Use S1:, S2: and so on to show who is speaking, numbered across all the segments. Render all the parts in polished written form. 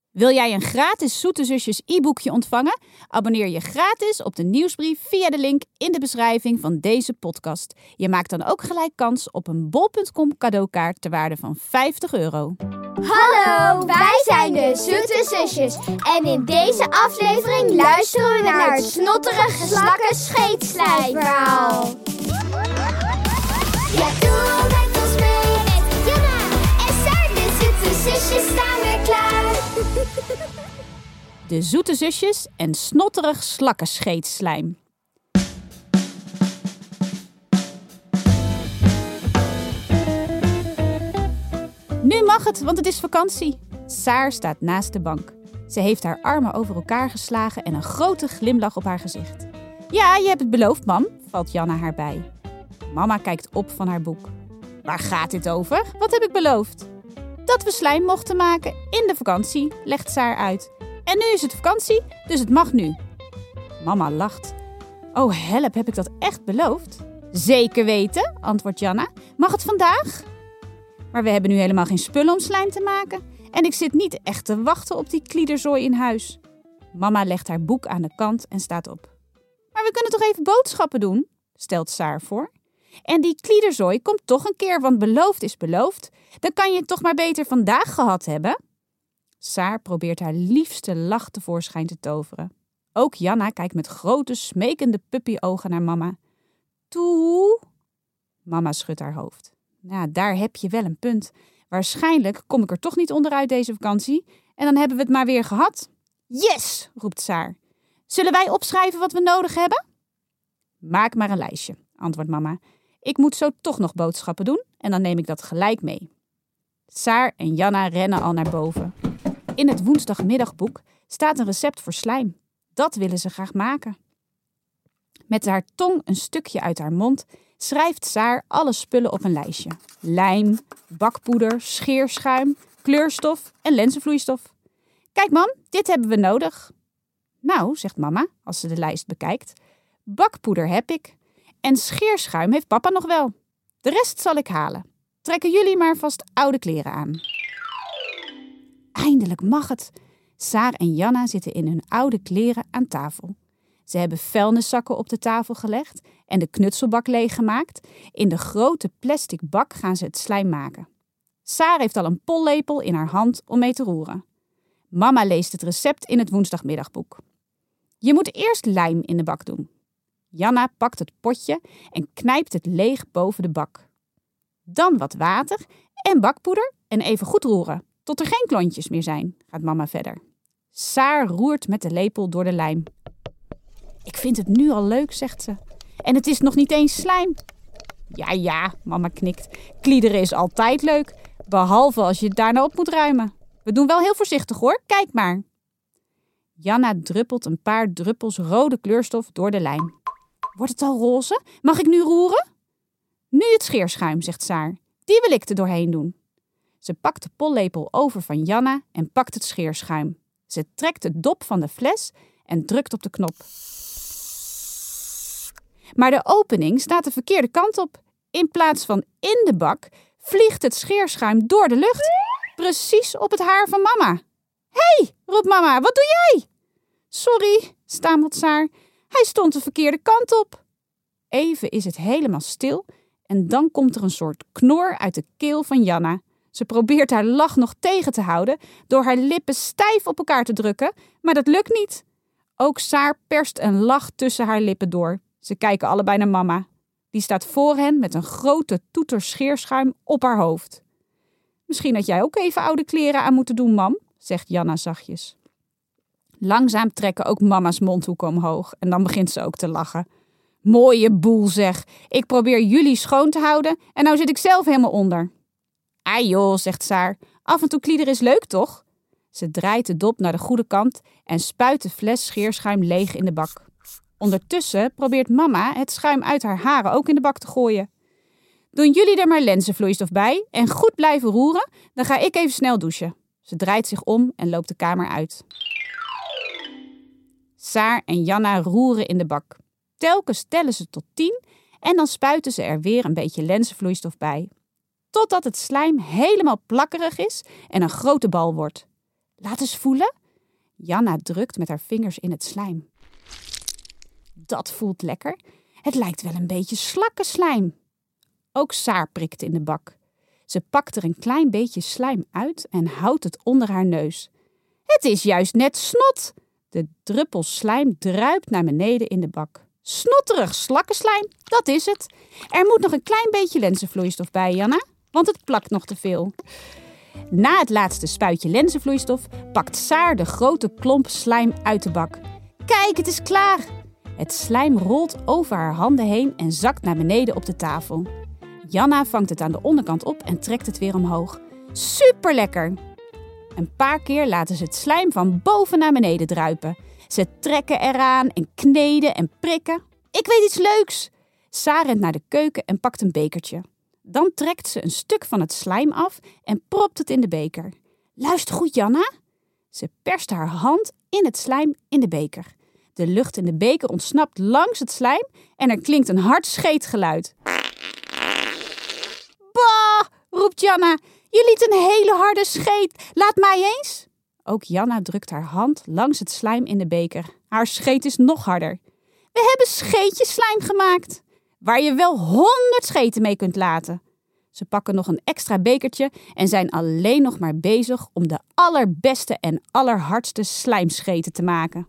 S1: Wil jij een gratis Zoete Zusjes e-boekje ontvangen? Abonneer je gratis op de nieuwsbrief via de link in de beschrijving van deze podcast. Je maakt dan ook gelijk kans op een bol.com cadeaukaart ter waarde van €50.
S2: Hallo, wij zijn de Zoete Zusjes. En in deze aflevering luisteren we naar het snotterige slakken-scheetslijmverhaal. Ja, doe met ons mee met Jana en Saar. De Zoete Zusjes staan weer klaar.
S1: De Zoete Zusjes en snotterig slakkenscheetslijm. Nu mag het, want het is vakantie. Saar staat naast de bank. Ze heeft haar armen over elkaar geslagen en een grote glimlach op haar gezicht. Ja, je hebt het beloofd, mam, valt Jana haar bij. Mama kijkt op van haar boek. Waar gaat dit over? Wat heb ik beloofd? Dat we slijm mochten maken in de vakantie, legt Saar uit. En nu is het vakantie, dus het mag nu. Mama lacht. Oh help, heb ik dat echt beloofd? Zeker weten, antwoordt Jana. Mag het vandaag? Maar we hebben nu helemaal geen spullen om slijm te maken. En ik zit niet echt te wachten op die kliederzooi in huis. Mama legt haar boek aan de kant en staat op. Maar we kunnen toch even boodschappen doen, stelt Saar voor. En die kliederzooi komt toch een keer, want beloofd is beloofd. Dan kan je het toch maar beter vandaag gehad hebben? Saar probeert haar liefste lach tevoorschijn te toveren. Ook Jana kijkt met grote, smekende puppyogen naar mama. Toe? Mama schudt haar hoofd. Nou, daar heb je wel een punt. Waarschijnlijk kom ik er toch niet onderuit deze vakantie. En dan hebben we het maar weer gehad. Yes, roept Saar. Zullen wij opschrijven wat we nodig hebben? Maak maar een lijstje, antwoordt mama. Ik moet zo toch nog boodschappen doen en dan neem ik dat gelijk mee. Saar en Jana rennen al naar boven. In het woensdagmiddagboek staat een recept voor slijm. Dat willen ze graag maken. Met haar tong een stukje uit haar mond schrijft Saar alle spullen op een lijstje. Lijm, bakpoeder, scheerschuim, kleurstof en lenzenvloeistof. Kijk mam, dit hebben we nodig. Nou, zegt mama als ze de lijst bekijkt. Bakpoeder heb ik. En scheerschuim heeft papa nog wel. De rest zal ik halen. Trekken jullie maar vast oude kleren aan. Eindelijk mag het. Saar en Jana zitten in hun oude kleren aan tafel. Ze hebben vuilniszakken op de tafel gelegd en de knutselbak leeggemaakt. In de grote plastic bak gaan ze het slijm maken. Saar heeft al een pollepel in haar hand om mee te roeren. Mama leest het recept in het woensdagmiddagboek. Je moet eerst lijm in de bak doen. Jana pakt het potje en knijpt het leeg boven de bak. Dan wat water en bakpoeder en even goed roeren, tot er geen klontjes meer zijn, gaat mama verder. Saar roert met de lepel door de lijm. Ik vind het nu al leuk, zegt ze. En het is nog niet eens slijm. Ja, mama knikt. Kliederen is altijd leuk, behalve als je het daarna op moet ruimen. We doen wel heel voorzichtig hoor, kijk maar. Jana druppelt een paar druppels rode kleurstof door de lijm. Wordt het al roze? Mag ik nu roeren? Nu het scheerschuim, zegt Saar. Die wil ik er doorheen doen. Ze pakt de pollepel over van Jana en pakt het scheerschuim. Ze trekt de dop van de fles en drukt op de knop. Maar de opening staat de verkeerde kant op. In plaats van in de bak vliegt het scheerschuim door de lucht. Precies op het haar van mama. Hé, roept mama, wat doe jij? Sorry, stamelt Saar. Hij stond de verkeerde kant op. Even is het helemaal stil en dan komt er een soort knor uit de keel van Jana. Ze probeert haar lach nog tegen te houden door haar lippen stijf op elkaar te drukken, maar dat lukt niet. Ook Saar perst een lach tussen haar lippen door. Ze kijken allebei naar mama. Die staat voor hen met een grote toeter scheerschuim op haar hoofd. Misschien had jij ook even oude kleren aan moeten doen, mam, zegt Jana zachtjes. Langzaam trekken ook mama's mondhoeken omhoog en dan begint ze ook te lachen. Mooie boel zeg, ik probeer jullie schoon te houden en nou zit ik zelf helemaal onder. Ah joh, zegt Saar, af en toe kliederen is leuk toch? Ze draait de dop naar de goede kant en spuit de fles scheerschuim leeg in de bak. Ondertussen probeert mama het schuim uit haar haren ook in de bak te gooien. Doen jullie er maar lenzenvloeistof bij en goed blijven roeren, dan ga ik even snel douchen. Ze draait zich om en loopt de kamer uit. Saar en Jana roeren in de bak. Telkens tellen ze tot 10 en dan spuiten ze er weer een beetje lenzenvloeistof bij. Totdat het slijm helemaal plakkerig is en een grote bal wordt. Laat eens voelen. Janna drukt met haar vingers in het slijm. Dat voelt lekker. Het lijkt wel een beetje slakkenslijm. Ook Saar prikt in de bak. Ze pakt er een klein beetje slijm uit en houdt het onder haar neus. Het is juist net snot. De druppel slijm druipt naar beneden in de bak. Snotterig slakkenslijm, dat is het. Er moet nog een klein beetje lenzenvloeistof bij, Janna, want het plakt nog te veel. Na het laatste spuitje lenzenvloeistof pakt Saar de grote klomp slijm uit de bak. Kijk, het is klaar. Het slijm rolt over haar handen heen en zakt naar beneden op de tafel. Janna vangt het aan de onderkant op en trekt het weer omhoog. Superlekker! Een paar keer laten ze het slijm van boven naar beneden druipen. Ze trekken eraan en kneden en prikken. Ik weet iets leuks! Saar rent naar de keuken en pakt een bekertje. Dan trekt ze een stuk van het slijm af en propt het in de beker. Luister goed, Janna. Ze perst haar hand in het slijm in de beker. De lucht in de beker ontsnapt langs het slijm en er klinkt een hard scheetgeluid. Bah, roept Janna. Je liet een hele harde scheet. Laat mij eens. Ook Janna drukt haar hand langs het slijm in de beker. Haar scheet is nog harder. We hebben scheetjes slijm gemaakt, waar je wel 100 scheten mee kunt laten. Ze pakken nog een extra bekertje en zijn alleen nog maar bezig om de allerbeste en allerhardste slijmscheten te maken.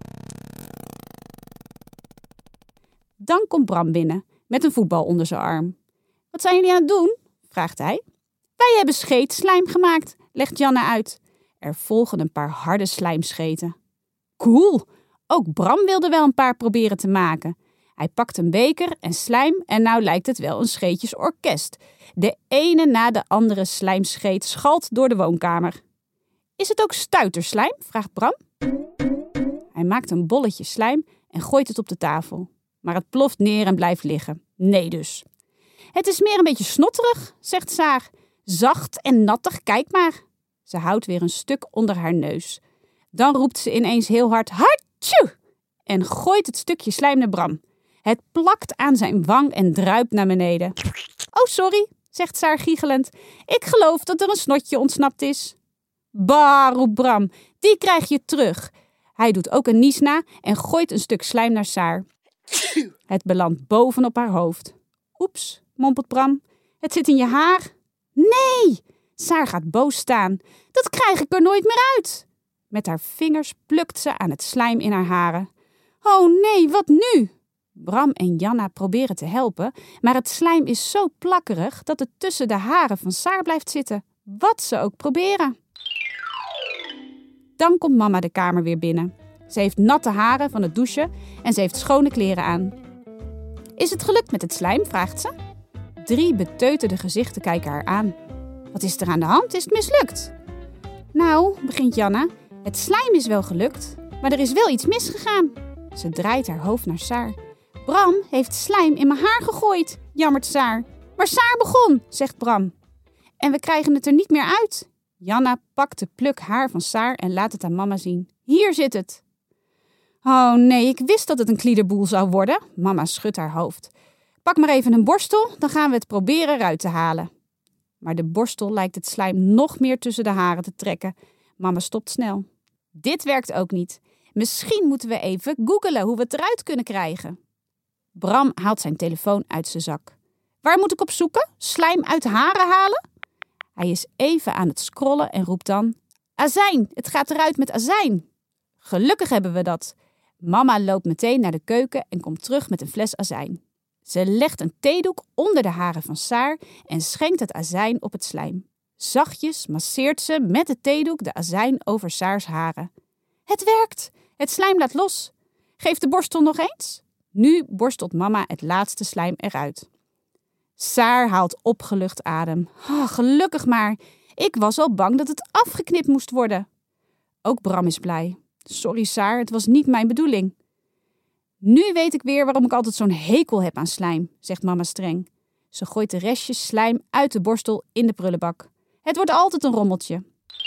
S1: Dan komt Bram binnen met een voetbal onder zijn arm. Wat zijn jullie aan het doen? Vraagt hij. Wij hebben scheetslijm gemaakt, legt Janna uit. Er volgen een paar harde slijmscheten. Cool! Ook Bram wilde wel een paar proberen te maken. Hij pakt een beker en slijm en nou lijkt het wel een scheetjesorkest. De ene na de andere slijmscheet schalt door de woonkamer. Is het ook stuiterslijm? Vraagt Bram. Hij maakt een bolletje slijm en gooit het op de tafel. Maar het ploft neer en blijft liggen. Nee dus. Het is meer een beetje snotterig, zegt Saar. Zacht en nattig, kijk maar. Ze houdt weer een stuk onder haar neus. Dan roept ze ineens heel hard hartjoe en gooit het stukje slijm naar Bram. Het plakt aan zijn wang en druipt naar beneden. Oh, sorry, zegt Saar giechelend. Ik geloof dat er een snotje ontsnapt is. Bah, roept Bram, die krijg je terug. Hij doet ook een nies na en gooit een stuk slijm naar Saar. Het belandt bovenop haar hoofd. Oeps, mompelt Bram. Het zit in je haar. Nee! Saar gaat boos staan. Dat krijg ik er nooit meer uit. Met haar vingers plukt ze aan het slijm in haar haren. Oh nee, wat nu? Bram en Janna proberen te helpen, maar het slijm is zo plakkerig dat het tussen de haren van Saar blijft zitten, wat ze ook proberen. Dan komt mama de kamer weer binnen. Ze heeft natte haren van het douchen en ze heeft schone kleren aan. Is het gelukt met het slijm? Vraagt ze. 3 beteuterde gezichten kijken haar aan. Wat is er aan de hand? Is het mislukt? Nou, begint Janna, het slijm is wel gelukt, maar er is wel iets misgegaan. Ze draait haar hoofd naar Saar. Bram heeft slijm in mijn haar gegooid, jammert Saar. Maar Saar begon, zegt Bram. En we krijgen het er niet meer uit. Janna pakt de pluk haar van Saar en laat het aan mama zien. Hier zit het. Oh nee, ik wist dat het een kliederboel zou worden. Mama schudt haar hoofd. Pak maar even een borstel, dan gaan we het proberen eruit te halen. Maar de borstel lijkt het slijm nog meer tussen de haren te trekken. Mama stopt snel. Dit werkt ook niet. Misschien moeten we even googelen hoe we het eruit kunnen krijgen. Bram haalt zijn telefoon uit zijn zak. Waar moet ik op zoeken? Slijm uit haren halen? Hij is even aan het scrollen en roept dan: azijn, het gaat eruit met azijn. Gelukkig hebben we dat. Mama loopt meteen naar de keuken en komt terug met een fles azijn. Ze legt een theedoek onder de haren van Saar en schenkt het azijn op het slijm. Zachtjes masseert ze met de theedoek de azijn over Saars haren. Het werkt! Het slijm laat los. Geef de borstel nog eens. Nu borstelt mama het laatste slijm eruit. Saar haalt opgelucht adem. Oh, gelukkig maar. Ik was al bang dat het afgeknipt moest worden. Ook Bram is blij. Sorry Saar, het was niet mijn bedoeling. Nu weet ik weer waarom ik altijd zo'n hekel heb aan slijm, zegt mama streng. Ze gooit de restjes slijm uit de borstel in de prullenbak. Het wordt altijd een rommeltje.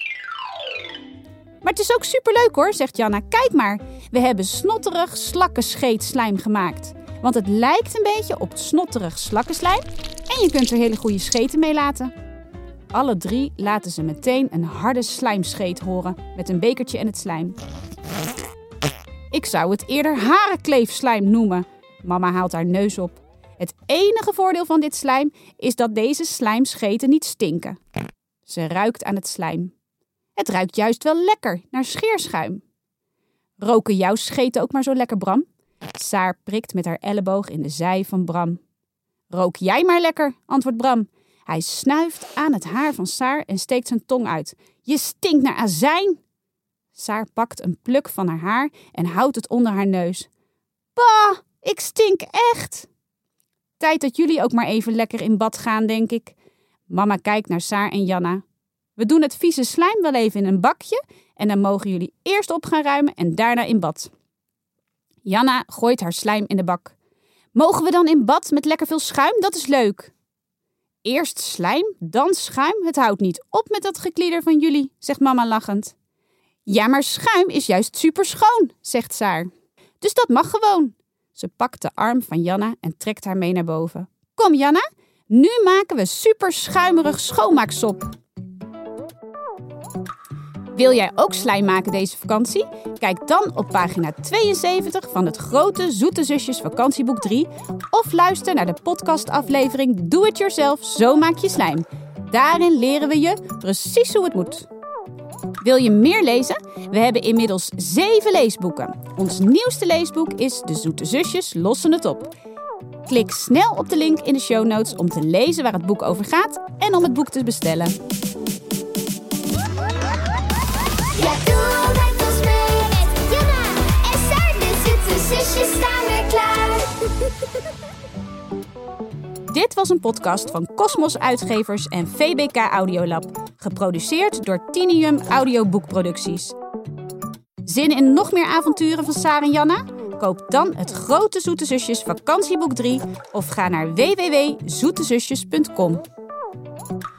S1: Maar het is ook superleuk hoor, zegt Janna. Kijk maar, we hebben snotterig slakkenscheet slijm gemaakt. Want het lijkt een beetje op snotterig slakkenslijm en je kunt er hele goede scheten mee laten. Alle 3 laten ze meteen een harde slijmscheet horen met een bekertje en het slijm. Ik zou het eerder harenkleefslijm noemen. Mama haalt haar neus op. Het enige voordeel van dit slijm is dat deze slijmscheten niet stinken. Ze ruikt aan het slijm. Het ruikt juist wel lekker naar scheerschuim. Roken jouw scheten ook maar zo lekker, Bram? Saar prikt met haar elleboog in de zij van Bram. Rook jij maar lekker, antwoordt Bram. Hij snuift aan het haar van Saar en steekt zijn tong uit. Je stinkt naar azijn! Saar pakt een pluk van haar haar en houdt het onder haar neus. Bah, ik stink echt! Tijd dat jullie ook maar even lekker in bad gaan, denk ik. Mama kijkt naar Saar en Janna. We doen het vieze slijm wel even in een bakje en dan mogen jullie eerst op gaan ruimen en daarna in bad. Janna gooit haar slijm in de bak. Mogen we dan in bad met lekker veel schuim? Dat is leuk. Eerst slijm, dan schuim. Het houdt niet op met dat geklieder van jullie, zegt mama lachend. Ja, maar schuim is juist super schoon, zegt Saar. Dus dat mag gewoon. Ze pakt de arm van Janna en trekt haar mee naar boven. Kom Janna, nu maken we super schuimerig schoonmaaksop. Wil jij ook slijm maken deze vakantie? Kijk dan op pagina 72 van het grote Zoete Zusjes vakantieboek 3 of luister naar de podcastaflevering Doe It Yourself, zo maak je slijm. Daarin leren we je precies hoe het moet. Wil je meer lezen? We hebben inmiddels 7 leesboeken. Ons nieuwste leesboek is De Zoete Zusjes lossen het op. Klik snel op de link in de show notes om te lezen waar het boek over gaat en om het boek te bestellen.
S2: Ja, doe met ons mee met Janna en Saar, de Zoete Zusjes staan weer klaar.
S1: Dit was een podcast van Cosmos Uitgevers en VBK Audiolab, geproduceerd door Tinium Audioboekproducties. Zin in nog meer avonturen van Saar en Janna? Koop dan het grote Zoete Zusjes vakantieboek 3 of ga naar www.zoetezusjes.com.